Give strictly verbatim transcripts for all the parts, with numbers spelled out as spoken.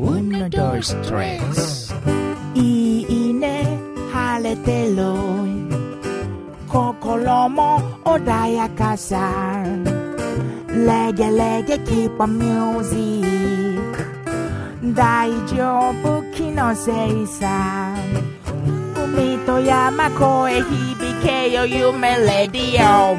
Uno dos tres いいね晴れてる心も穏やかさレゲレゲキープミュージック大丈夫気のせいさ海と山越え響けよ夢レディオ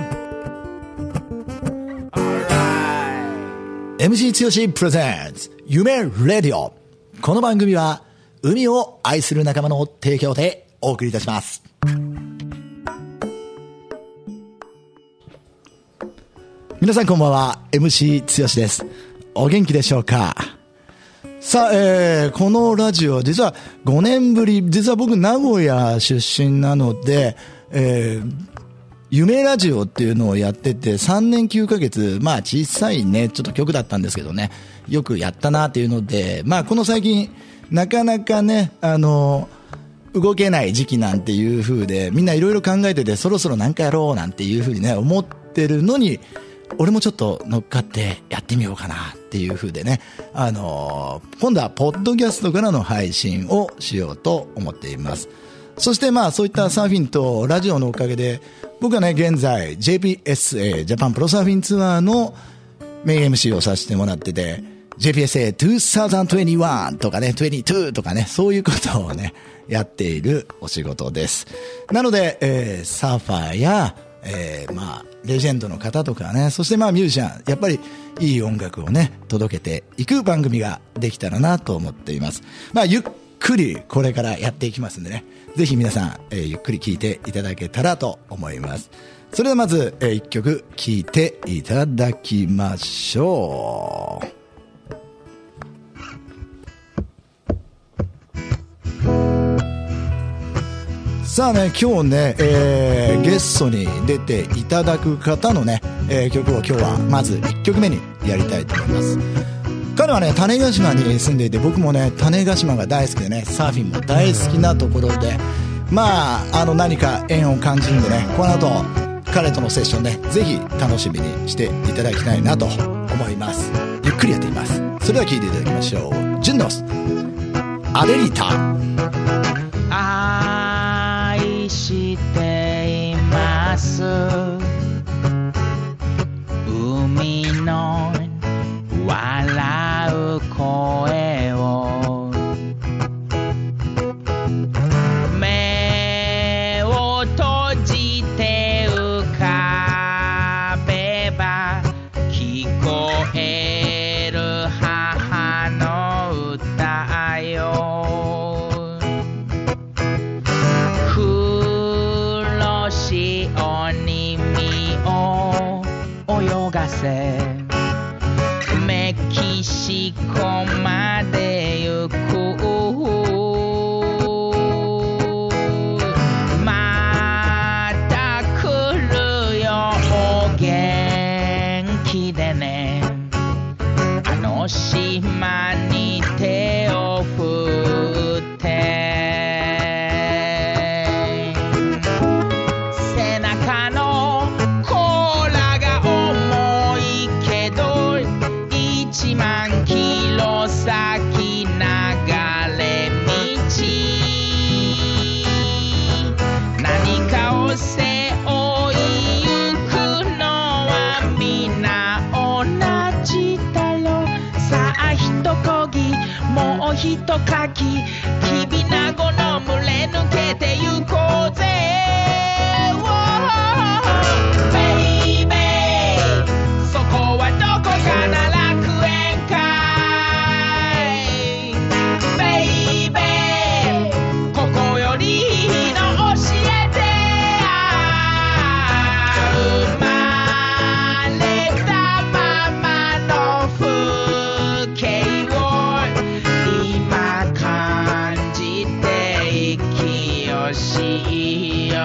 エムシー つよしプレゼンツ夢レディオ。この番組は海を愛する仲間の提供でお送りいたします。皆さんこんばんは、 エムシー つよしです。お元気でしょうか。さあ、えー、このラジオ実はごねんぶり、実は僕名古屋出身なので、えー、夢ラジオっていうのをやっててさんねんきゅうかげつ、まあ小さいねちょっと曲だったんですけどね、よくやったなっていうので、まあこの最近なかなかねあの動けない時期なんていう風でみんないろいろ考えてて、そろそろなんかやろうなんていう風にね思ってるのに、俺もちょっと乗っかってやってみようかなっていう風でね、あのー、今度はポッドキャストからの配信をしようと思っています。そしてまあそういったサーフィンとラジオのおかげで、僕はね現在 ジェイピーエスエー ジャパンプロサーフィンツアーのメイン エムシー をさせてもらってて、 ジェイピーエスエーにせんにじゅういちとかねにじゅうにとかね、そういうことをねやっているお仕事です。なので、えー、サーファーやえー、まあレジェンドの方とかね、そしてまあミュージシャン、やっぱりいい音楽をね届けていく番組ができたらなと思っています。まあゆっくりこれからやっていきますんでね、ぜひ皆さん、えー、ゆっくり聴いていただけたらと思います。それではまず、えー、いっきょく聴いていただきましょう。さあね、今日ね、えー、ゲストに出ていただく方のね、えー、曲を今日はまずいっきょくめにやりたいと思います。彼はね種子島に住んでいて、僕もね種子島が大好きでね、サーフィンも大好きなところで、まああの何か縁を感じるんでね、この後彼とのセッションねぜひ楽しみにしていただきたいなと思います。ゆっくりやってみます。それでは聴いていただきましょう。ジュンノスアレリータ。 愛しています海の笑う声を、目を閉じて浮かべば聞こえる母の歌よ。黒潮に身を泳がせ、メキシコまで行く。また来るよお元気でね、あの島に手を振って背中の甲羅が重いけどいちまんキロ先流れ道、何かを背負いゆくのは皆同じだろう。さあ一こぎもう一かき、きびなごの群れ抜けてゆこうぜ。ベイベー、そこはどこかな、楽園かい。ベイベー、ここよりいいの教えて。生まれたままの風景を今感じて生きよしよ。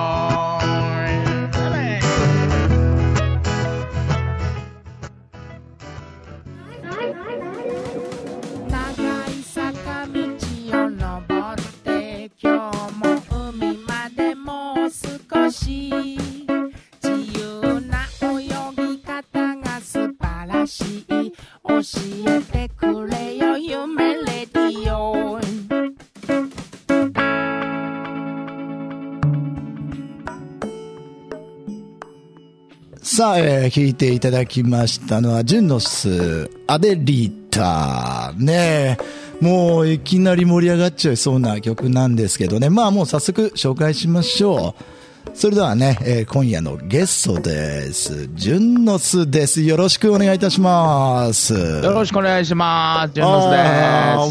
長い坂道を登って今日も海までもう少し、自由な泳ぎ方が素晴らしい。教えてくれよ夢レさあ、えー、聴いていただきましたのは、ジュンノス、アデリータ。ねえ、もういきなり盛り上がっちゃいそうな曲なんですけどね。まあもう早速紹介しましょう。それではね、えー、今夜のゲストです。ジュンノスです。よろしくお願いいたします。 よろしくお願いします。ジュンノスです。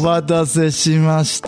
お待たせしました。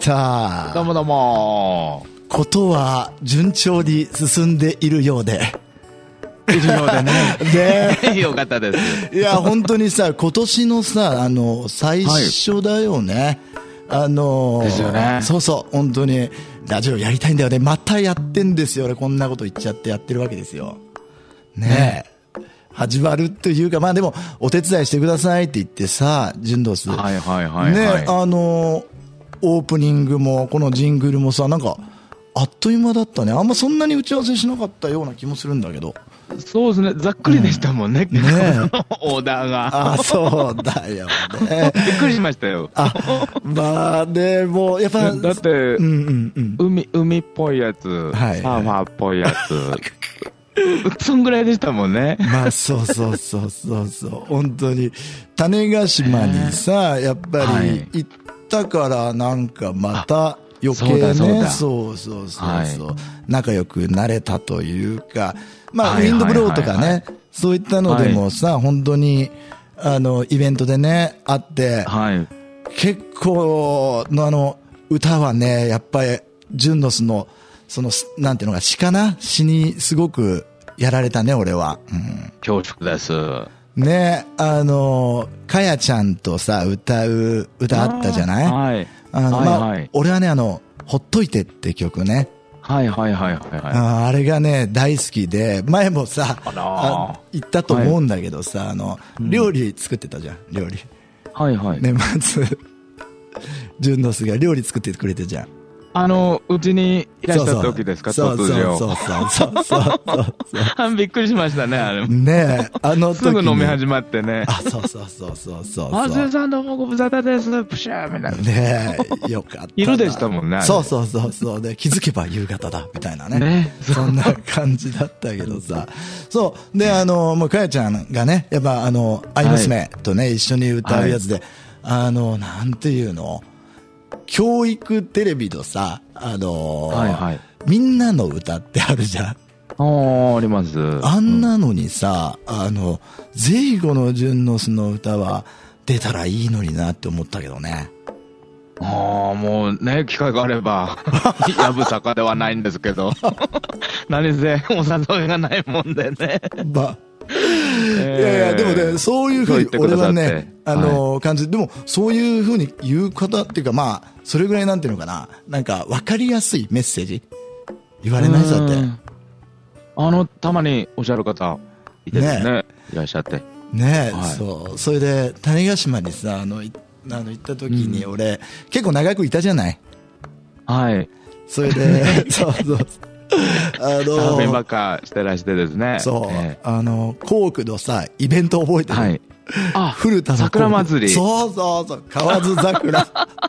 どうもどうも。 ことは順調に進んでいるようで。 いるようでね。ねよかったです。 いや、本当にさ、今年のさ、あの、最初だよね。はい、あの、 ですよね。 そうそう、本当に、ラジオやりたいんだよね。またやってんですよ。俺、こんなこと言っちゃってやってるわけですよ。ねえ。ね始まるというか、まあでも、お手伝いしてくださいって言ってさ、ジュンドス。 はいはいはい、はい。 ね、あの、オープニングも、このジングルもさ、なんか、あっという間だったね。あんまそんなに打ち合わせしなかったような気もするんだけど。 そうですね。ざっくりでしたもんね。うん、ねオーダーが。 あ、そうだよね。 びっくりしましたよ。 あ、まあね、もう、やっぱ。 だって、うんうんうん、海、海っぽいやつ、はい、サーファーっぽいやつ。そんぐらいでしたもんね。 まあ、そうそうそうそうそう。本当に。種子島にさ、やっぱり行ったからなんかまた、余計ね、そうそうそうそう、はい、仲良くなれたというか、まあ、ウィンドブローとかね、そういったのでもさ、はい、本当に、あの、イベントでね、会って、はい、結構のあの、歌はね、やっぱり、ジュンノスの、その、なんていうのか、詩かな詩にすごくやられたね、俺は。うん、 恐縮です。 ね、あの、かやちゃんとさ、歌う、歌あったじゃない？はい。あの、はいはい、まあ、俺はね、あの、ほっといてって曲ね。 はいはいはいはい、はい。 あ, あれがね、大好きで、前もさ、ああ言ったと思うんだけどさ、はい、あの、料理作ってたじゃん、料理。 はいはい。 ね、まず、ジュンノスが料理作ってくれてじゃん。 あの、うちにいらした時ですか、突如。 そうそうそうそうそう。 びっくりしましたね、あれ。 ねえ、あの時すぐ飲み始まってね。 あ、そうそうそうそうそう。 あずさんどうもご無沙汰です、プシャーみたいな。 ねえ、よかった。 昼でしたもんね。 そうそうそうそう。で、気づけば夕方だ、みたいなね。ね。そんな感じだったけどさ。そう。で、あの、もうかやちゃんがね、やっぱあの、愛娘とね、一緒に歌うやつで、あの、なんていうの教育テレビのさ、あのーはいはい、みんなの歌ってあるじゃん。 ああ、あります。 あんなのにさ、うん、あの、ぜひこのジュンノスの歌は出たらいいのになって思ったけどね。 ああ、もうね、機会があれば、やぶさかではないんですけど。何せ、お誘いがないもんでね。 ばいやいや、でもね、そういうふうに、俺はね、あの、感じ、でも、そういうふうに言う方っていうか、まあ、それぐらいなんていうのかな、なんか、わかりやすいメッセージ言われないだって。 あの、たまにおっしゃる方、いてですね、いらっしゃって。 ねえ、そう。それで、種子島にさ、あの、あの、行った時に、俺、結構長くいたじゃない。 はい。 それで、そうそう。 あのー、サーフィンばっかしてらしてですね。 そう。えー、あの、コークのさ、イベント覚えてる？はい。 あ、 古田の桜祭り。 そうそうそう。河津桜。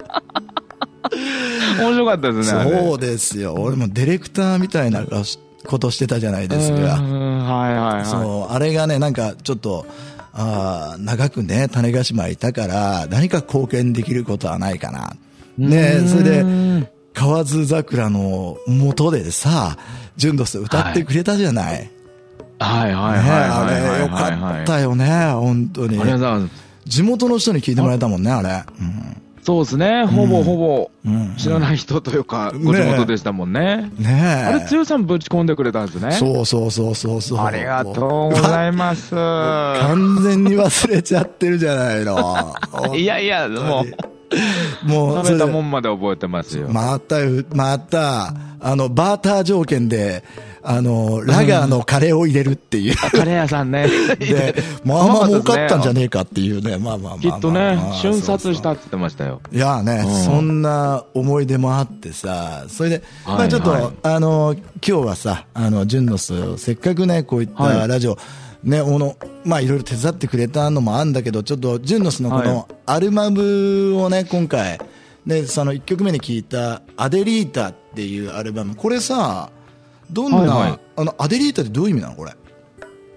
面白かったですね。 そうですよ。俺もディレクターみたいなことしてたじゃないですか。はいはいはい。 そう。あれがね、なんかちょっと、あ長くね、種子島いたから、何か貢献できることはないかな。ね、それで、河津桜の元でさ、ジュンドス歌ってくれたじゃない。 はいはいはいはい。 あれよかったよね、本当に。ありがとうございます。地元の人に聞いてもらえたもんね、あれ。うん、 そうですね、ほぼほぼ知らない人というか、ご地元でしたもんね。ねえ。あれ、つよさんぶち込んでくれたんですね。 そうそうそうそうそう。 ありがとうございます。 完全に忘れちゃってるじゃないの。 いやいや、もう。もう食べたもんまで覚えてますよ。 また、また、あの、バーター条件で、あの、ラガーのカレーを入れるっていう。 カレー屋さんね。 で、まあまあ儲かったんじゃねえかっていうね、まあまあまあ。 きっとね、瞬殺したって言ってましたよ。 いやね、そんな思い出もあってさ、それで、まあちょっと、あの、今日はさ、あの、ジュンノス、せっかくね、こういったラジオ、ね、おの、まあいろいろ手伝ってくれたのもあるんだけど、ちょっと、ジュンノスのこのアルバムをね、今回、で、そのいっきょくめに聴いた、アデリータっていうアルバム、これさ、どんな、はいはい、あの、アデリータってどういう意味なのこれ。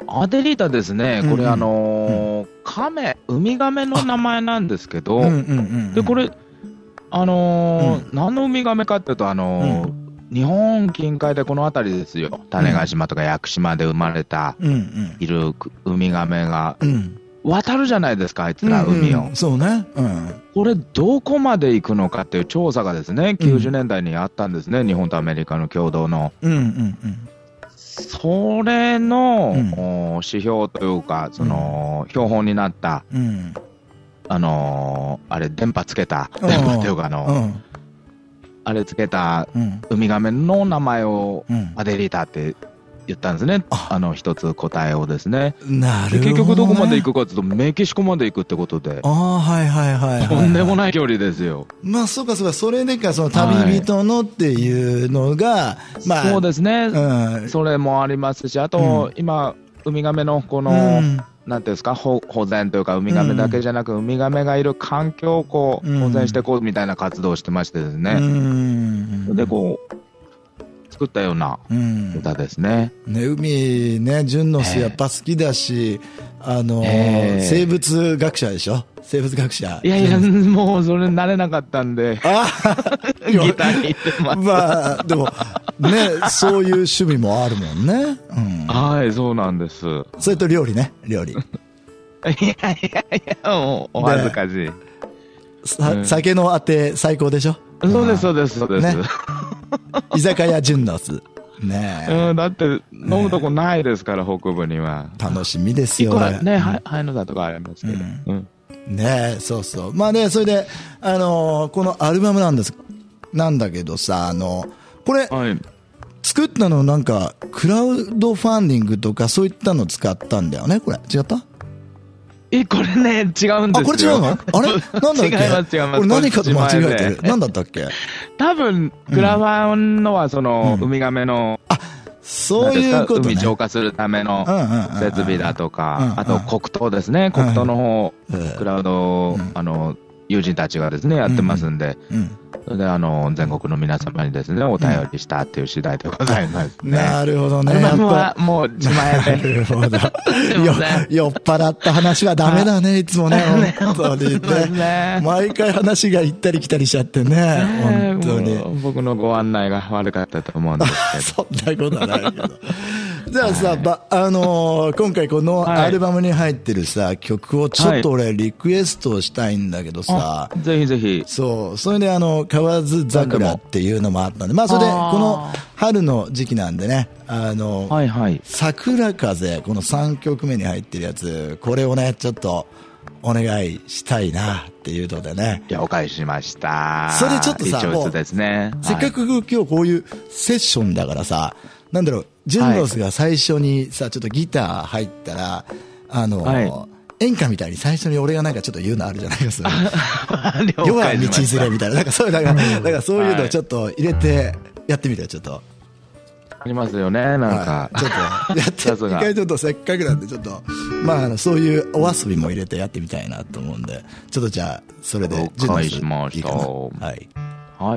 アデリータですね、これ、 うんうんあのーカメ、ウミガメの名前なんですけど、 うんうんうんうんでこれ、あのー何のウミガメかっていうと、あのー日本近海でこの辺りですよ、種子島とか屋久島で生まれた、 うんうんいるウミガメがうん渡るじゃないですか、あいつら、海を。 うんうんそうね。うんこれ、どこまで行くのかっていう調査がですね、きゅうじゅうねんだいにあったんですね、日本とアメリカの共同の。 うんうんうんそれの、 うんお指標というか、その、標本になった、 うんあのーあれ、電波つけた、 うん電波っていうか、あの、 うんあれつけたうんウミガメの名前をうんアデリータって言ったんですね、 ああの、一つ答えをですね。 なるほどね。 で結局どこまで行くかっていうと、メキシコまで行くってことで、 ああ、はいはいはいはい。 とんでもない距離ですよ。 まあ、そうかそうか、それでか、その旅人のっていうのが、まあ、 そうですね、 うん。 それもありますし、あと、 う今、ウミガメのこの、 うんなんていうんですか、保保全というか、ウミガメだけじゃなく、ウミガメがいる環境をこううん保全していこうみたいな活動をしてましてですうね、 ん。 で、こう、作ったようなうん。 歌ですね。 ね、海ね、純の巣やっぱ好きだし、あの、 ええ生物学者でしょ生物学者。 いやいや、もうそれ慣れなかったんで、 あギターに行ってます。 まあ、でも、ね、そういう趣味もあるもんね。うん。 はい、そうなんです。いそれと料理ね、料理。 やいやいや、もうお恥ずかしい。 さうん酒のあて最高でしょそうです、そうです、そうです。 ね居酒屋純の巣。ねえ、 うん、だって飲むとこないですから、北部には。 楽しみですよ一個はね、はハイノだとかありますけど。 うんうんねえ、そうそう。まあね、それで、あのーこのアルバムなんです、なんだけどさ、あの、これ、 はい。 作ったのなんか、クラウドファンディングとかそういったの使ったんだよね、これ。違ったえ、これね、違うんですよ。 あ、これ違うのあれなんだっけ違います、違います。 俺何かと間違えてる。 これ自前でなんだったっけ多分、クラファンのは、その、 うんウミガメの、 そういうことね。 海浄化するためのうんうんうんうん設備だとうんうかん、 あと黒糖ですね。黒糖の方うん、 クラウド、あの、友人たちがですね、やってますんで、 うん。 それで、あの、全国の皆様にですね、お便りしたっていう次第でございますね。 なるほどね。 アルバムやはっぱもう自前なで。 るほど。 すいよません酔っ払った話はダメだね、いつもね、本当にそうですね。 ね。 毎回話が行ったり来たりしちゃってね、本当に。 もう僕のご案内が悪かったと思うんですけど。 そんなことはないけど。じゃあさ、ばあのー今回このはいアルバムに入ってるさ、曲をちょっと俺リクエストしたいんだけどさ、 あぜひぜひ。 そう、それであの、河津桜っていうのもあったんで、まあそれで、 あーこの春の時期なんでね、あの、 はいはい。 桜風、このさんきょくめに入ってるやつ、これをね、ちょっとお願いしたいなっていうのでね。 了解しました。 それちょっとさいいチョイスですね。 せっかく今日こういうセッションだからさ、なんだろう、ジュンロスが最初にさ、ちょっとギター入ったら、あの、 はい演歌みたいに最初に俺がなんかちょっと言うのあるじゃないですか。 はい、了世は道解しました連れみたいな、なんかそういう、なんか、なんかそういうのをちょっと入れてやってみてよ、ちょっと。 ありますよね、なんか。 はいちょっと、やって、 さすが一回ちょっとせっかくなんで、ちょっと、まああの、そういうお遊びも入れてやってみたいなと思うんで、ちょっとじゃあ、それで、 了解しましたいいかな。はい。 はい。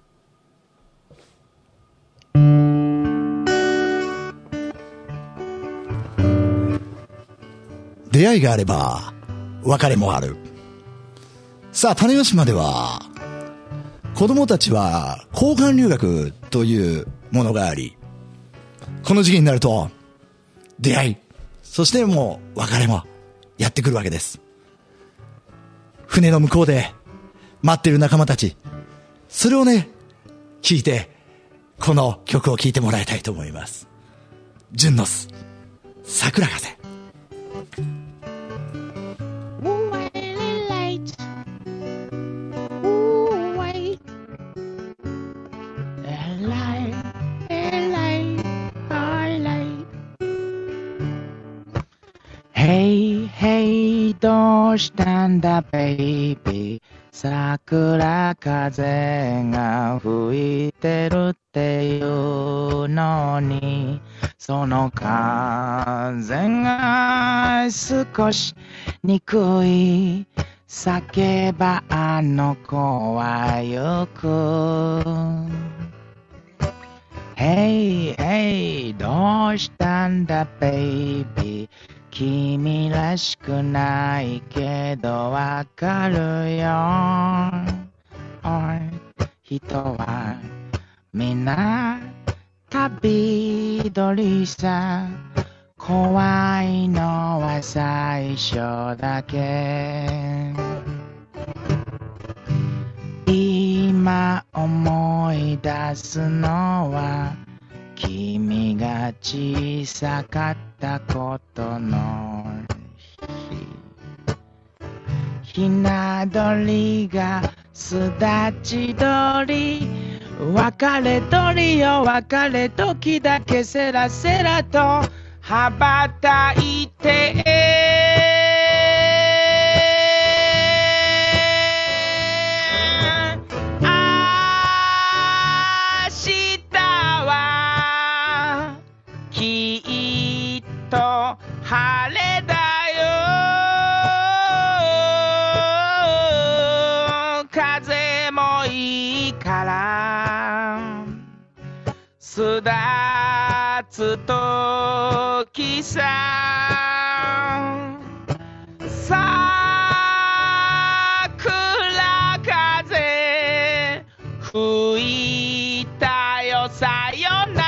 出会いがあれば、別れもある。さあ、種子島では、子供たちは交換留学というものがあり、この時期になると、出会い、そしてもう別れもやってくるわけです。船の向こうで待っている仲間たち、それをね、聞いて、この曲を聴いてもらいたいと思います。純の巣、桜風。 Hey, hey, どうしたんだ、ベイビー。桜風が吹いてるっていうのに、その風が少し憎い。叫ばあの子はよく。 Hey, hey, どうしたんだ、ベイビー。君らしくないけどわかるよ。人はみんな旅鳥さ。怖いのは最初だけ。今思い出すのは君が小さかったことの日。ひな鳥が巣立ち鳥。別れ鳥よ別れ時だけセラセラと羽ばたいて明日はきっと晴れだよ。風もいいから巣立つ時さ。桜風吹いたよさよな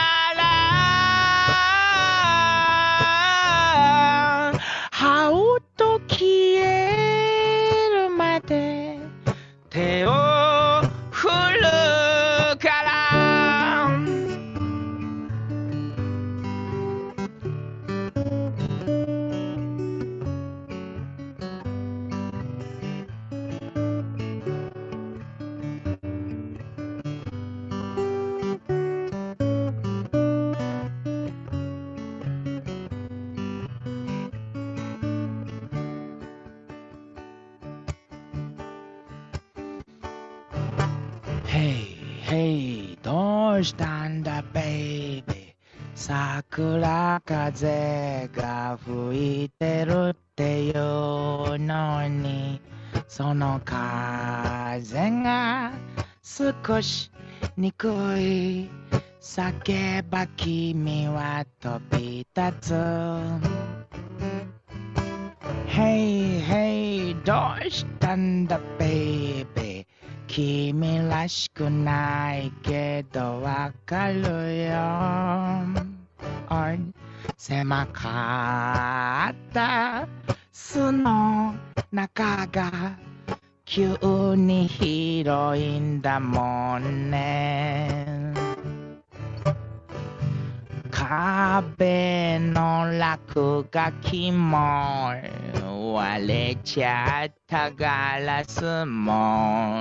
ら。羽音消えるまで手を振るから。Hey, hey, どうしたんだ、ベイビー。桜風が吹いてるっていうのに、その風が少し憎い。叫ば君は飛び立つ。Hey, hey, どうしたんだ、ベイビー。君らしくないけどわかるよ。狭かった巣の中が急に広いんだもんね。壁の落書きも割れちゃったガラスも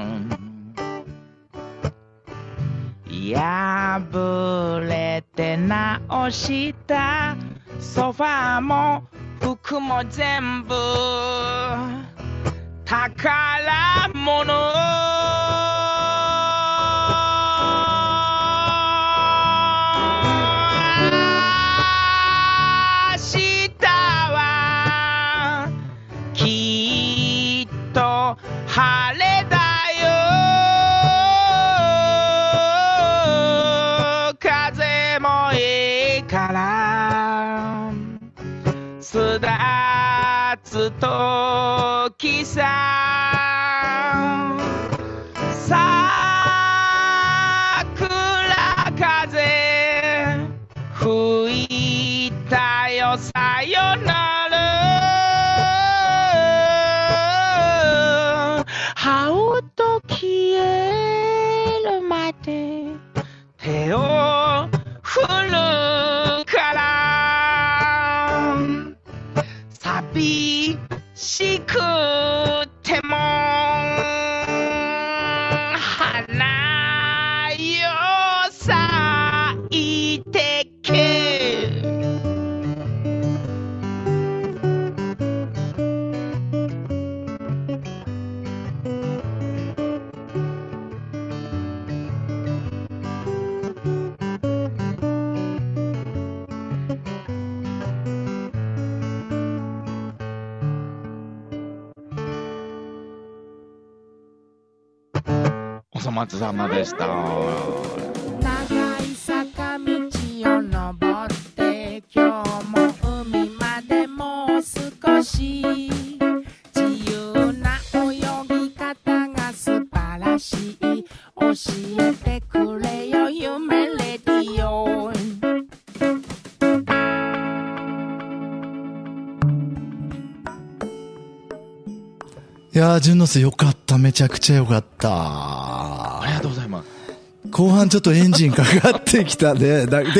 破れて直したソファーも服も全部宝物。晴れだよ。風もいいから巣立つ時さ。桜風吹いたよさよなら。羽音消えるまで手を振るから寂しくても花よ咲いてけ。お粗末様でした。 長い坂道ー、ジュンノスよかった。めちゃくちゃよかった。 ありがとうございます。 後半ちょっとエンジンかかってきたね。だで、で、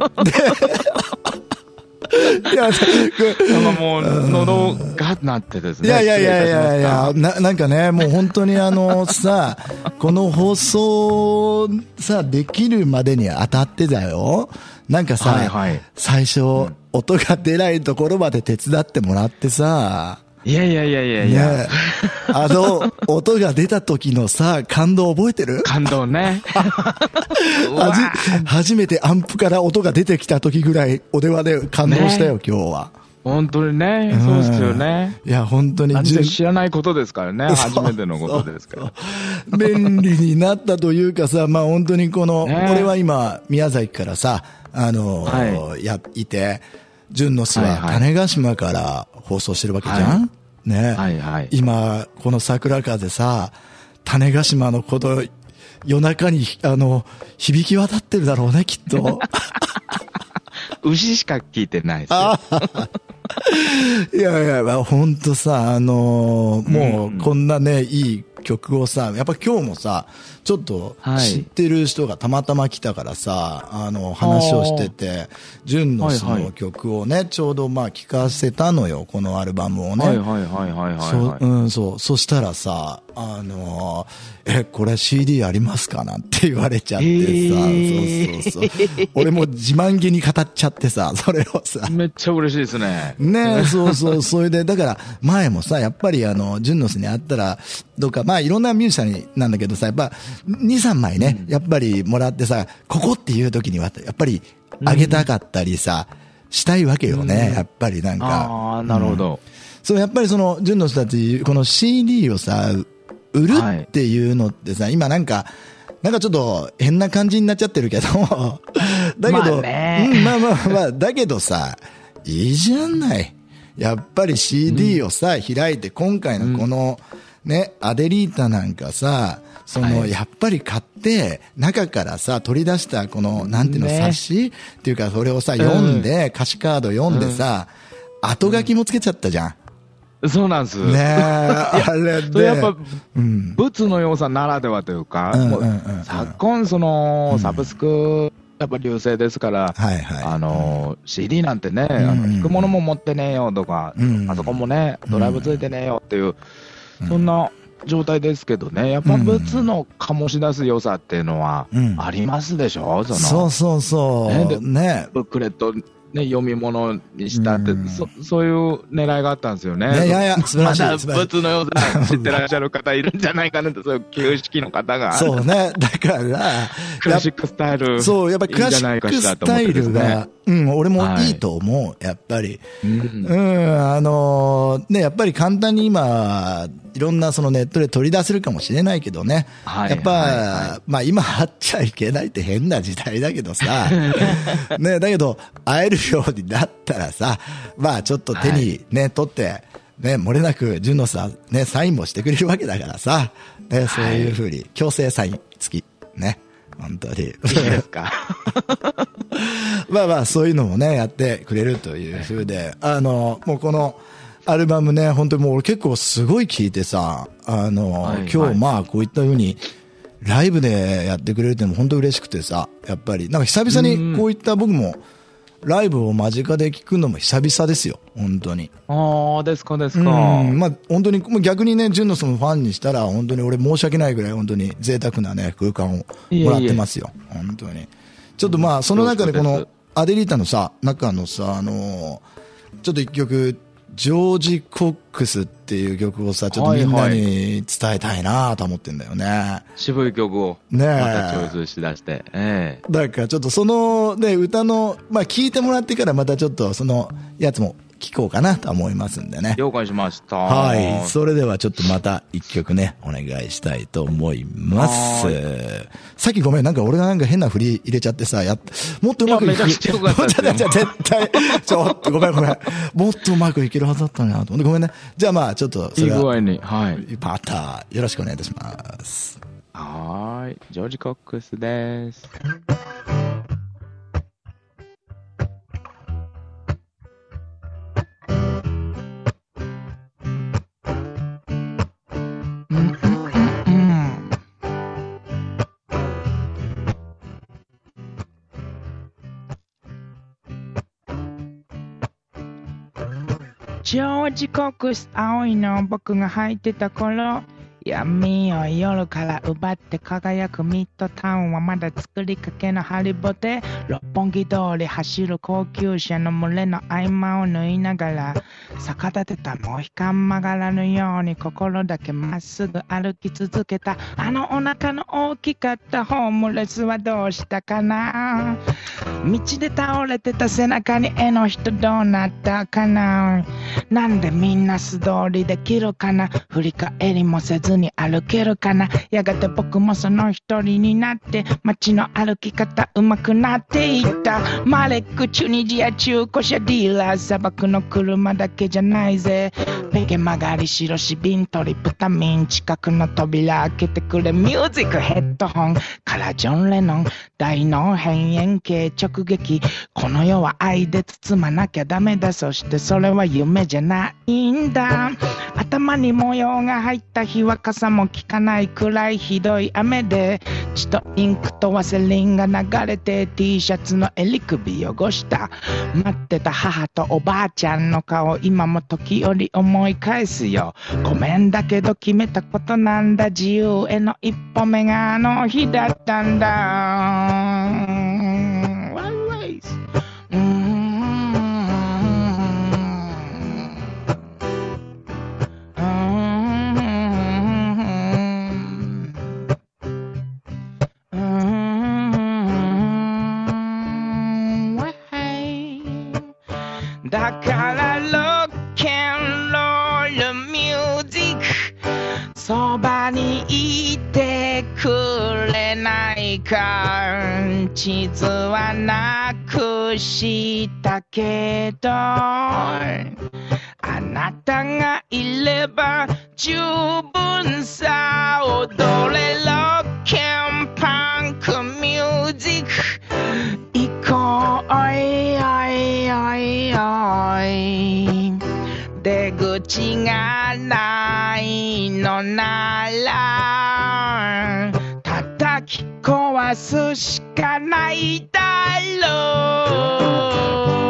いや、 なんかもう、喉がなってですね。 いやいやいやいやいや、な、なんかね、もう本当にあのさ、この放送さ、できるまでに当たってたよ。なんかさ、 はいはい、 最初、うん、音が出ないところまで手伝ってもらってさ、 いやいやいやいやいや、ね、 あの音が出た時のさ、感動覚えてる？ 感動ね。 はじ初めてアンプから音が出てきた時ぐらいお電話で感動したよ、ね、今日は。 本当にね、そうですよね。 いや、本当に。 全然知らないことですからね、初めてのことですから。 便利になったというかさ、まあ本当にこの、ね、俺は今、宮崎からさ、あの、はい、や、いて、純の巣は種子島から放送してるわけじゃん、はい、ね、はいはい、今、この桜風さ、種子島のこと夜中に、あの、響き渡ってるだろうね、きっと。 牛しか聞いてないですよ。 いやいや、まあ、ほんとさ、あのー、もうこんなね、いい曲をさ、やっぱ今日もさ、ちょっと知ってる人がたまたま来たからさ、あの、話をしてて、純のその曲をね、ちょうどまあ聞かせたのよ、このアルバムをね。 はいはいはいはいはい、はい。 うん、そう。そしたらさ、あのー、え、これ シーディー ありますかなんて言われちゃってさ、えー、そうそうそう。俺も自慢げに語っちゃってさ、それをさ。 めっちゃ嬉しいですね。 ねそうそう、それで、だから前もさ、やっぱりあの、純の巣に会ったら、どうか、まあいろんなミュージシャンなんだけどさ、やっぱに、さんまいね、うん、やっぱりもらってさ、ここっていう時には、やっぱりあげたかったりさ、うん、したいわけよね、うん、やっぱりなんか。 ああ、なるほど。うん、 そう、やっぱりその、純の巣たち、この シーディー をさ、売るっていうのってさ、はい、今なんか、なんかちょっと変な感じになっちゃってるけど、だけど、まあね、うん、まあまあまあ、だけどさ、いいじゃない。やっぱり シーディー をさ、うん、開いて、今回のこの、ね、アデリータなんかさ、その、はい、やっぱり買って、中からさ、取り出したこの、なんていうの、ね、冊子っていうか、それをさ、読んで、うん、歌詞カード読んでさ、うん、後書きもつけちゃったじゃん。 そうなんです。 ねえ、あれで。 やっぱ、うん、物の良さならではというか、うんうんうんうん、昨今、その、サブスク、やっぱ流星ですから、はいはい、あの、うん、シーディー なんてね、うん、あの、聞くものも持ってねえよとか、うん、パソコンもね、ドライブついてねえよっていう、うん、そんな状態ですけどね、やっぱ物の醸し出す良さっていうのはありますでしょ、うん、その。 そうそうそう。 ね。ねブックレット。ね、読み物にしたって、うん、そ、そういう狙いがあったんですよね。 いやいや、素晴らしい。 まだ、物の良さ知ってらっしゃる方いるんじゃないかなって、そういう旧式の方が。 そうね。だから、 クラシックスタイル。 そう、やっぱりクラシックスタイルが、うん、俺もいいと思う、はい、やっぱり。うん、うん、あのー、ね、やっぱり簡単に今、いろんなそのネットで取り出せるかもしれないけどね。はい、やっぱ、はいはい、まあ今会っちゃいけないって変な時代だけどさ。ね、だけど、会えるようになったらさ、まあちょっと手にね、はい、取って、ね、漏れなく、純のさん、ね、サインもしてくれるわけだからさ、ね、そういうふうに、強制サイン付き、ね、本当に。いいですか。 まあまあ、そういうのもね、やってくれるというふうで、あの、もうこの、アルバムね、本当にもう俺結構すごい聴いてさ、あの、はい、今日まあこういったふうに、ライブでやってくれるってのも本当嬉しくてさ、やっぱり、なんか久々にこういった僕も、ライブを間近で聞くのも久々ですよ、本当に。 ああ、ですかですか。 うん、まあ本当に、もう逆にね、純のそのファンにしたら、本当に俺申し訳ないぐらい本当に贅沢なね、空間をもらってますよ、いえいえ本当に。ちょっとまあ、その中でこの、アデリータのさ、中のさ、あのー、ちょっと一曲、ジョージ・コックスっていう曲をさ、ちょっとみんなに伝えたいなと思ってんだよね。はいはい、 渋い曲を。ねえ。またチョイスしだして。ええ。 だからちょっとそのね、歌の、まあ聞いてもらってからまたちょっとそのやつも聞こうかなと思いますんでね。 了解しました。 はい。それではちょっとまた一曲ね、お願いしたいと思います。さっきごめん、なんか俺がなんか変な振り入れちゃってさ、やっ、もっとうまくいく。 めちゃくちゃよかったですよ。 絶対、ちょっとごめんごめん。もっとうまくいけるはずだったなと思って、ごめんね。じゃあまあちょっとそれは。 いい具合に。はい。 また、よろしくお願いいたします。 はい。ジョージ・コックスです。 ジョージ・コックス青いの僕が履いてた頃、闇を夜から奪って輝くミッドタウンはまだ作りかけのハリボテ。六本木通り走る高級車の群れの合間を縫いながら、逆立てたモヒカン曲がらぬように心だけまっすぐ歩き続けた。あのお腹の大きかったホームレスはどうしたかな。道で倒れてた背中に絵の人どうなったかな。なんでみんな素通りできるかな。振り返りもせずに歩けるかな。やがて僕もその一人になって街の歩き方上手くなっていった。マレックチュニジア中古車ディーラー、砂漠の車だけじゃないぜ。ペケ曲がり白し瓶トリプタミン、近くの扉開けてくれミュージックヘッドホンからジョン・レノン、大脳辺縁系直撃。この世は愛で包まなきゃダメだ。そしてそれは夢じゃないんだ。頭に模様が入った日は傘も効かないくらいひどい雨で、血とインクとワセリンが流れて T シャツの襟首汚した。待ってた母とおばあちゃんの顔、今も時折思い返すよ。ごめんだけど決めたことなんだ。自由への一歩目があの日だったんだ。だからロックンロールミュージック、そばにいてくれないか。地図はなくしたけど、あなたがいれば十分さ。踊れロックンパンクミュージック、行こうおいおいおいおい。出口がないのなら叩き壊すしかないだろう。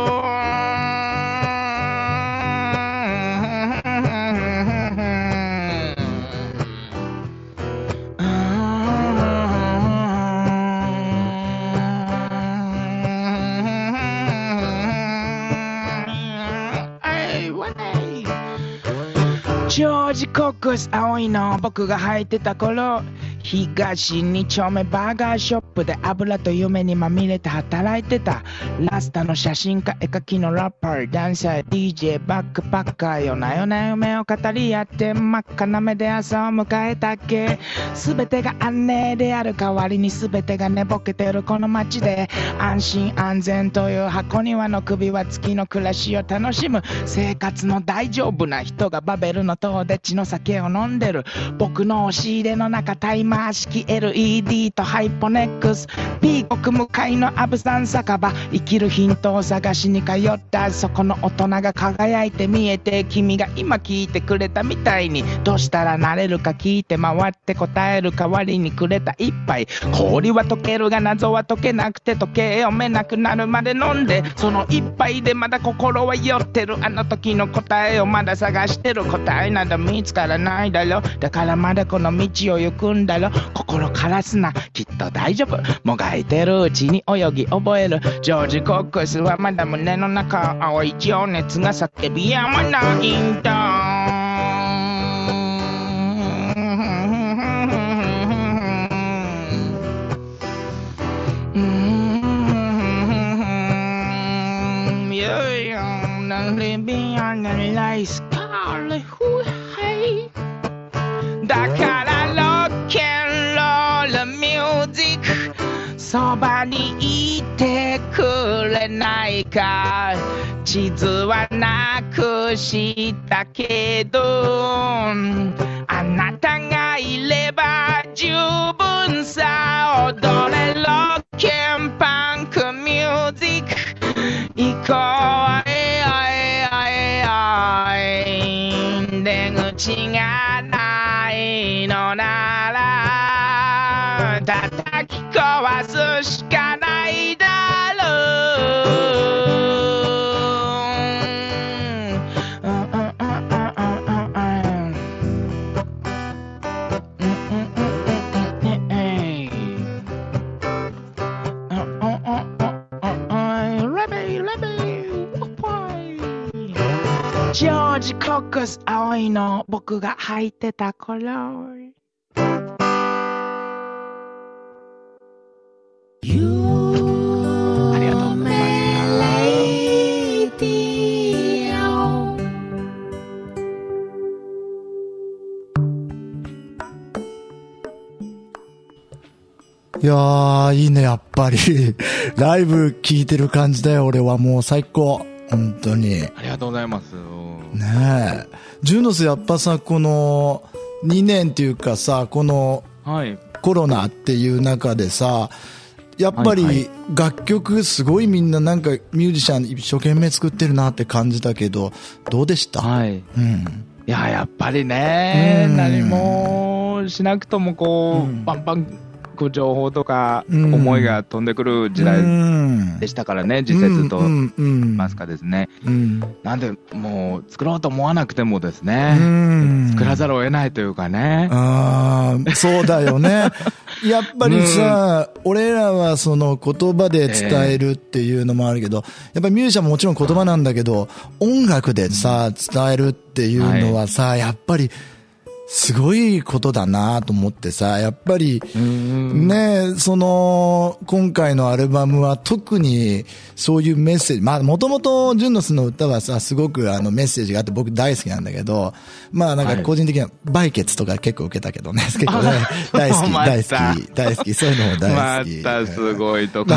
ジョージ・コックス青いの僕が履いてた頃、東に丁目バーガーショップで油と夢にまみれて働いてた。ラスタの写真家、絵描きのラッパー、ダンサー、ディージェー、バックパッカー、夜な夜な夢を語り合って真っ赤な目で朝を迎えたっけ。全てが安寧である代わりに全てが寝ぼけてるこの街で、安心安全という箱庭の首は月の暮らしを楽しむ生活の大丈夫な人がバベルの塔で血の酒を飲んでる。僕の押し入れの中タイマー式 エルイーディー とハイポネックス、ピーコク向かいのアブサン酒場、生きるヒントを探しに通った。そこの大人が輝いて見えて、君が今聞いてくれたみたいに、どうしたらなれるか聞いて回って答える代わりにくれた一杯。氷は溶けるが謎は解けなくて、時計読めなくなるまで飲んで、その一杯でまだ心は酔ってる。あの時の答えをまだ探してる。答えなど見つからないだろ。だからまだこの道を行くんだろ。心からすな、きっと大丈夫。もがいてるうちに泳ぎ覚える。ジョージ・コックスはまだ胸の中、青い情熱が叫びやまないんだ。だからロックンロールミュージック、そばにいてくれないか。地図はなくしたけど、あなたがいれば十分さ。踊れロックンパンクミュージック、行こう出口がないのなら叩き壊すしかないだろう。 ジョージ・クロックス青いの僕が履いてた頃。ありがとうございます。 いやー、いいね、やっぱり。ライブ聴いてる感じだよ、俺はもう最高。本当に。 ありがとうございます。 ねえ。ジュノスやっぱさ、このにねんっていうかさ、このコロナっていう中でさ、やっぱり楽曲すごいみんななんかミュージシャン一生懸命作ってるなって感じたけど、どうでした？ はい。 うん。 いや、やっぱりね、何もしなくともこう、うん、バンバン、情報とか思いが飛んでくる時代でしたからね、時節と言いますかですね、うん、なんでもう作ろうと思わなくてもですね、うん、作らざるを得ないというかね。 ああ、そうだよね。やっぱりさ、うん、俺らはその言葉で伝えるっていうのもあるけど、やっぱりミュージシャンももちろん言葉なんだけど、音楽でさ伝えるっていうのはさ、はい、やっぱりすごいことだなと思ってさ、やっぱりね、その今回のアルバムは特にそういうメッセージ、まあもともとジュンノスの歌はさすごくあのメッセージがあって僕大好きなんだけど、まあなんか個人的にはバイケツとか結構受けたけどね、結構ね大好き大好き大好き、そういうのも大好き。 またすごいとか。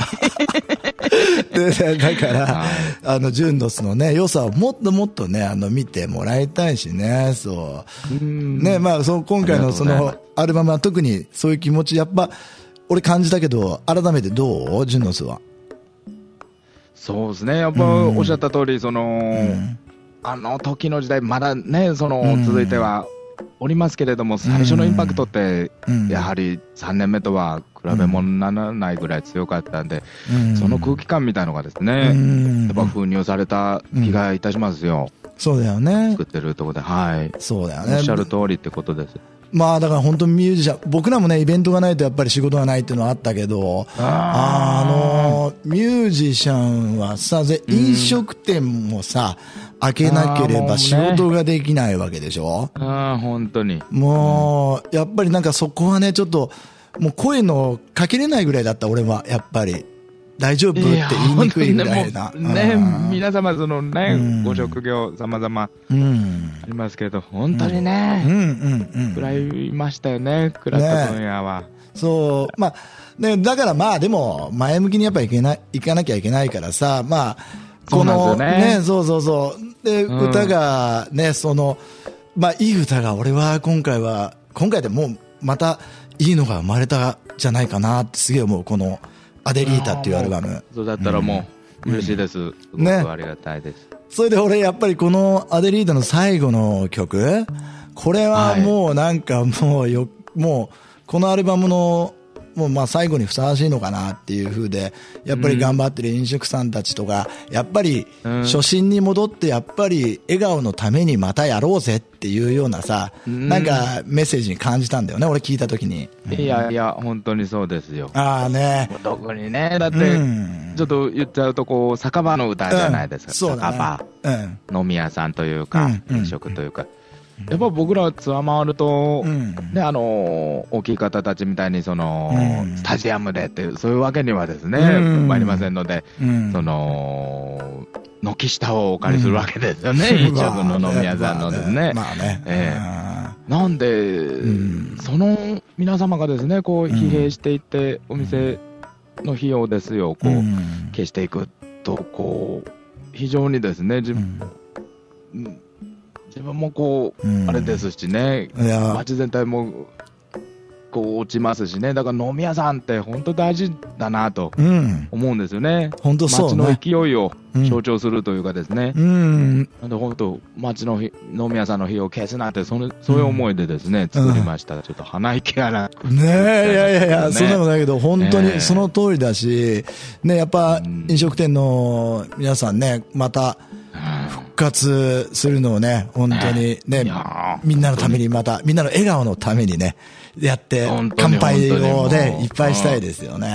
でだから、はい、あのジュンノスのね良さをもっともっとねあの見てもらいたいしね、そうね、まあその今回のそのアルバムは特にそういう気持ちやっぱ俺感じたけど、改めてどうジュンノスは？ そうですね、やっぱおっしゃった通り、その、うん、あの時の時代まだねその、うん、続いてはおりますけれども、最初のインパクトってやはりさんねんめとは比べ物にならないぐらい強かったんで、うん、その空気感みたいのがですね、うん、やっぱ封入された気がいたしますよ。 うん、そうだよね。 作ってるところで、はい。そうだよね。おっしゃる通りってことです。 まあだから本当にミュージシャン、僕らもねイベントがないとやっぱり仕事がないっていうのはあったけど、あ, あのミュージシャンはさ、飲食店もさ、うん、開けなければ仕事ができないわけでしょ。 ああ、本当に。 もうやっぱりなんかそこはねちょっともう声のかけれないぐらいだった俺はやっぱり。大丈夫って言いにくいぐらいな。 ね、皆様そのね、うん、ご職業様々ありますけど、本当にね、くらいましたよね、クラット分野は。 ね、そう、まあ、ね、だからまあでも、前向きにやっぱいけない、いかなきゃいけないからさ、まあ、この、ね、ね、そうそうそう。で、うん、歌がね、その、まあいい歌が俺は今回は、今回でもうまたいいのが生まれたじゃないかなってすげえ思う、この、アデリータっていうアルバム。 そうだったらもう嬉しいです。うん、すごくありがたいです、ね。 それで俺やっぱりこのアデリータの最後の曲、これはもうなんかもうよ、もうこのアルバムのもうまあ最後にふさわしいのかなっていう風で、やっぱり頑張ってる飲食さんたちとか、やっぱり初心に戻ってやっぱり笑顔のためにまたやろうぜっていうようなさ、なんかメッセージに感じたんだよね、俺聞いた時に。 いやいや、本当にそうですよ。 ああね。 特にね、だって、ちょっと言っちゃうとこう、酒場の歌じゃないですか。うん、酒場、うん、飲み屋さんというか、飲食というか。やっぱ僕らツアー回ると、うん、ね、あの大きい方たちみたいにその、うん、スタジアムでっていうそういうわけにはですね、うん、参りませんので、うん、その軒下をお借りするわけですよね、飲食の飲み屋さんのですね。 まあね、 えー、なんで、うん、その皆様がですねこう疲弊していって、お店の費用ですよこう、消していくとこう非常にですね自分、うん自分もこう、うん、あれですしね、街全体もこう落ちますしね、だから飲み屋さんって本当大事だなと思うんですよね。 うん、本当そうね。 街の勢いを象徴するというかですね。うん、なんで本当街の飲み屋さんの火を消すなんてそのそういう思いでですね、うん、作りました。ちょっと鼻息荒く、 ねえ、いやいやいや、そんなことないけど本当にその通りだし、ね、やっぱ飲食店の皆さんね、また復活するのをね、本当にね、みんなのためにまた、みんなの笑顔のためにね、やって、乾杯をね、いっぱいしたいですよね。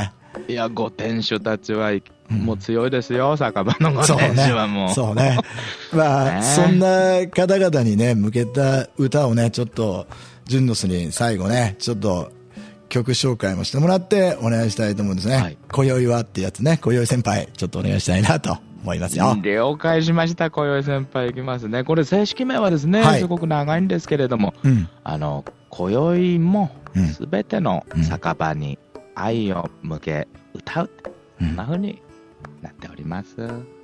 いや、ご店主たちは、もう強いですよ、酒場のご店主はもう。 そうね。そうね。まあ、ね、そんな方々にね、向けた歌をね、ちょっと、ジュンノスに最後ね、ちょっと、曲紹介もしてもらってお願いしたいと思うんですね。はい、今宵はってやつね、今宵先輩、ちょっとお願いしたいなと思いますよ。 了解しました。今宵先輩いきますね。これ正式名はですね、はい、すごく長いんですけれども、うん、あの、今宵もすべての酒場に愛を向け歌う、うん、こんな風になっております。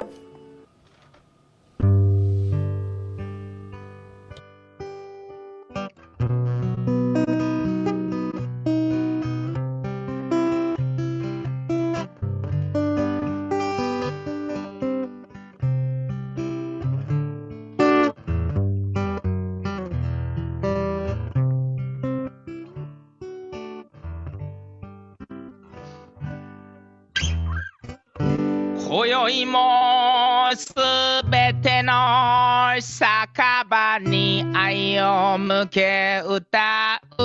今宵もすべての酒場に愛を向け歌う。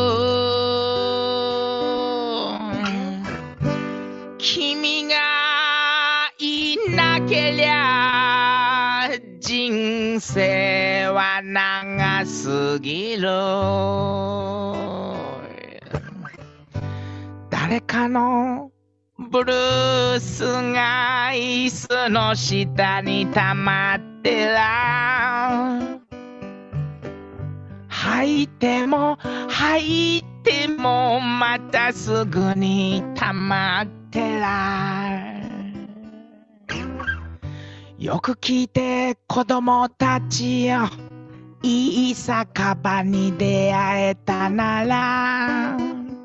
君がいなけりゃ人生は長すぎる。誰かのブルースが椅子の下に溜まってら、吐いても吐いてもまたすぐに溜まってら。よく聞いて子供たちよ、いい酒場に出会えたなら、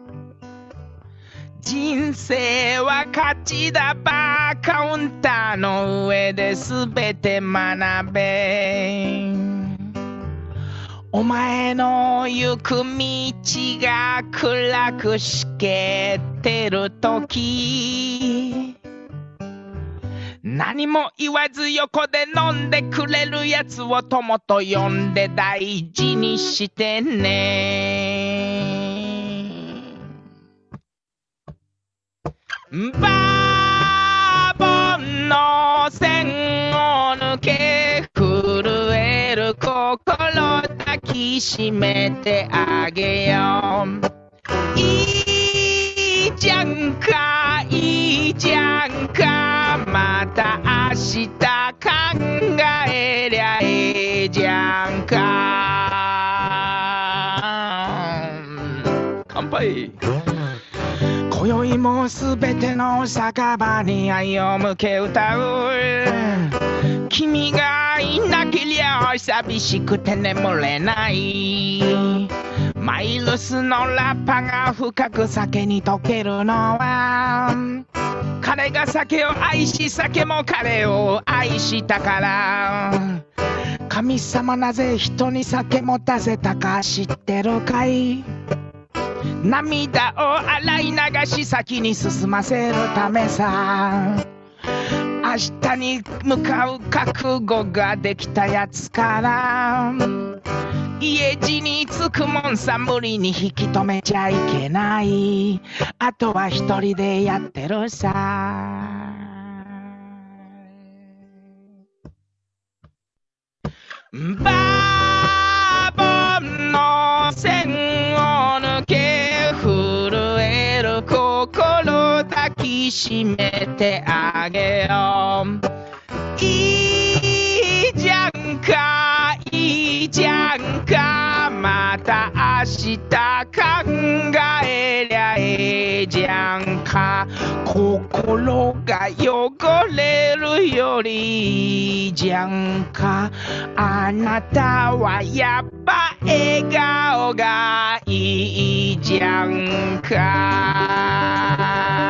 人生は勝ちだバーカウンターの上で全て学べ。お前の行く道が暗くしけてるとき、何も言わず横で飲んでくれるやつを友と呼んで大事にしてね。バーボンの線を抜け震える心抱きしめてあげよう。いいじゃんかいいじゃんか、また明日考えりゃええじゃんか。乾杯。今宵もすべての酒場に愛を向け歌う。君がいなけりゃ寂しくて眠れない。マイルスのラッパが深く酒に溶けるのは、彼が酒を愛し酒も彼を愛したから。神様なぜ人に酒持たせたか知ってるかい。涙を洗い流し先に進ませるためさ。明日に向かう覚悟ができたやつから、家路に着くもんさ、無理に引き止めちゃいけない。あとは一人でやってるさ。バーボンの線を抜け震える心抱きしめてあげよう。いいじゃんかいいじゃんか、また明日考えりゃええじゃんか。心が汚れるよりいいじゃんか。あなたはやっぱ笑顔がいいじゃんか。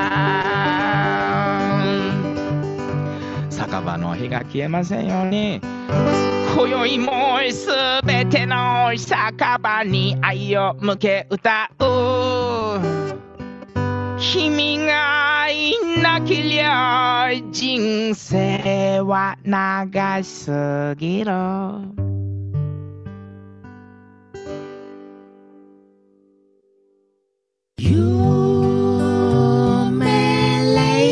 酒場の火が消えませんように。今宵もすべての酒場に愛を向け歌う。君がいなけりゃ人生は長すぎる。夢レ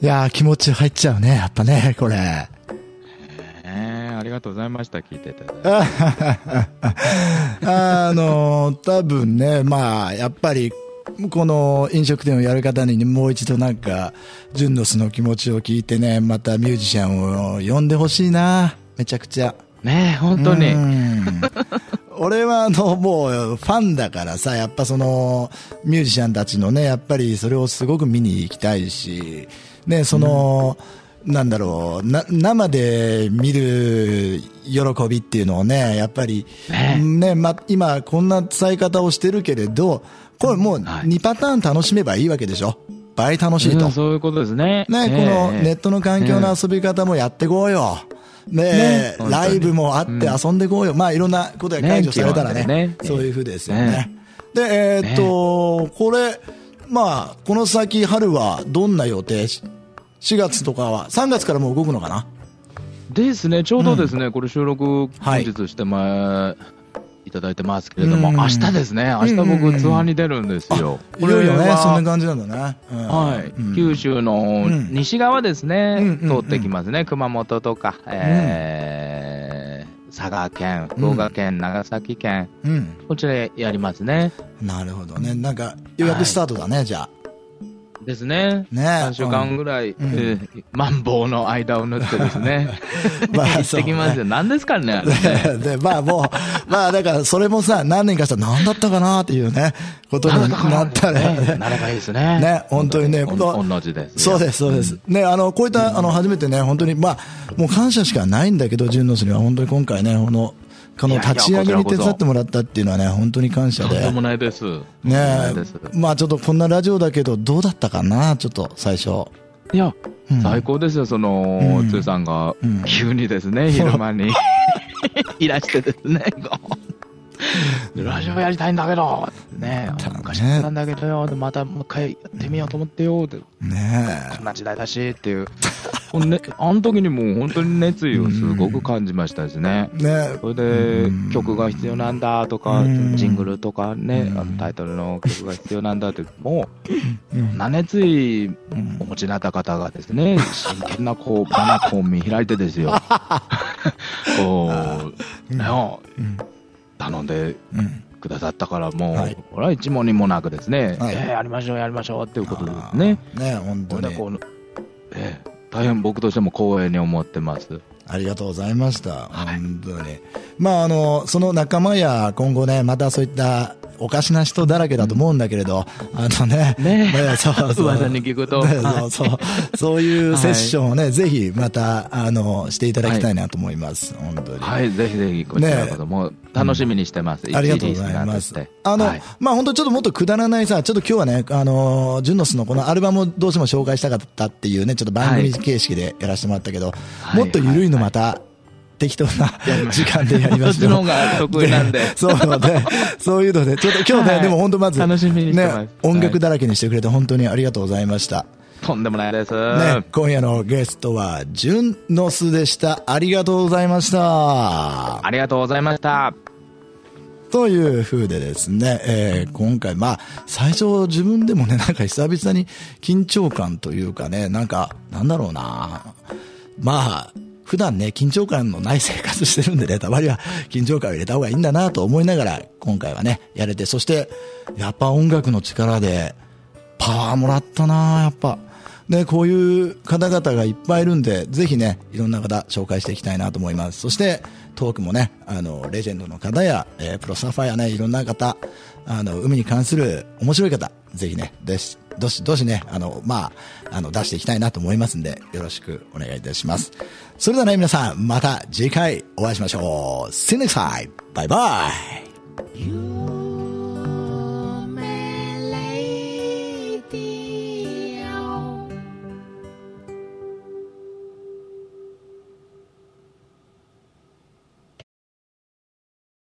やー気持ち入っちゃうね、やっぱね、これ。 えー、ありがとうございました、聞いてて。 あのー、多分ね、まあ、やっぱり、この飲食店をやる方にもう一度なんか、ジュンノスの気持ちを聞いてね、またミュージシャンを呼んでほしいな、めちゃくちゃ。 ねえ、本当に。 俺はあの、もうファンだからさ、やっぱその、ミュージシャンたちのね、やっぱりそれをすごく見に行きたいし、ね、その、うん、なんだろうな、生で見る喜びっていうのをね、やっぱり、ね、ね、ま、今こんな伝え方をしてるけれど、これもうにパターン楽しめばいいわけでしょ。倍楽しいと。 うん、そういうことですね。 ね、このネットの環境の遊び方もやってこうよ。ねえ、ね、ライブもあって遊んでこうよ。うん、まあいろんなことが解除されたらね、ねそういう風ですよね。ねで、えー、っと、ね、これ、まあ、この先春はどんな予定？しがつとかは、さんがつからもう動くのかな？ ですね、ちょうどですね、うん、これ収録本日してま、はい、いただいてますけれども、明日ですね、明日僕ツアーに出るんですよ。 いよいよね、そんな感じなんだね。うん、 はい、うん、九州の西側ですね、うん、通ってきますね、熊本とか、えー、佐賀県、福岡県、うん、長崎県、うん、こちらやりますね。 なるほどね、なんか予約スタートだね、はい、じゃあ。 ですね。ね、さんしゅうかんぐらい、うんえー、マンボウの間を縫ってですね。まあ、行ってきますよ。何ですかね、あれね。 で、まあもう、まあだからそれもさ、何年かしたら何だったかなっていうね、ことになったらね。 なればいいですね。 ね、本当にね。 同じです。 そうです、そうです。ね、あの、こういった、あの、初めてね、本当に、まあ、もう感謝しかないんだけど、ジュンノスには本当に今回ね、この、この立ち上げに手伝ってもらったっていうのはね、本当に感謝で。 とんでもないです。 ねえ、まあちょっとこんなラジオだけど、どうだったかな、ちょっと最初。 いや、うん、最高ですよ、その、うん、つーさんが、急にですね、うん、昼間にいらしてですね、ラジオやりたいんだけど、ね、昔やったんだけどよ、またもう一回やってみようと思ってよ、ね、こんな時代だしっていう。ね、あの時にもう本当に熱意をすごく感じましたですね。うん、ねそれで、曲が必要なんだとか、うん、ジングルとかね、うん、あのタイトルの曲が必要なんだって、もう、うん、な熱意お持ちになった方がですね、真剣なこう、バナコを見開いてですよ。こう、ね、うん、頼んでくださったから、もう、はい、これは一問にもなくですね、はい、えー、やりましょうやりましょうっていうことですね。 ね、本当に。 こうえー大変僕としても光栄に思ってます。 ありがとうございました。はい、本当に。まああの、その仲間や今後ね、またそういったおかしな人だらけだと思うんだけれど、うん、あのね、 ねえ、そうそう噂に聞くと、 ね、そうそう、そういうセッションをね、はい、ぜひまた、あの、していただきたいなと思います。はい、本当に。 はい、ぜひぜひ、こちらこそ、も楽しみにしてます。 うん、ありがとうございます。あの、はい、まあ本当ちょっともっとくだらないさ、ちょっと今日はね、あの、ジュンノスのこのアルバムをどうしても紹介したかったっていうね、ちょっと番組形式でやらせてもらったけど、はい、もっと緩いのまた、はいはい適当な時間でやりましょう。 そっちの方が得意なんで。 そうで、そういうので、ちょっと今日ね、はい、でも本当まず、 楽しみにしてますね、 音楽だらけにしてくれて本当にありがとうございました。 とんでもないです。 ね、今夜のゲストは、ジュンノスでした。ありがとうございました。 ありがとうございました。 という風でですね、えー、今回、まあ、最初自分でもね、なんか久々に緊張感というかね、なんか、なんだろうな。まあ、普段ね、緊張感のない生活してるんでね、たまには緊張感を入れた方がいいんだなと思いながら、今回はね、やれて、そして、やっぱ音楽の力で、パワーもらったなやっぱ。ね、こういう方々がいっぱいいるんで、ぜひね、いろんな方紹介していきたいなと思います。そして、トークもね、あの、レジェンドの方や、えー、プロサファイアね、いろんな方、あの、海に関する面白い方、ぜひね、です。どしどしね、あの、まあ、あの、出していきたいなと思いますんで、よろしくお願いいたします。それではね、皆さん、また次回お会いしましょう。See you next time! バイバイ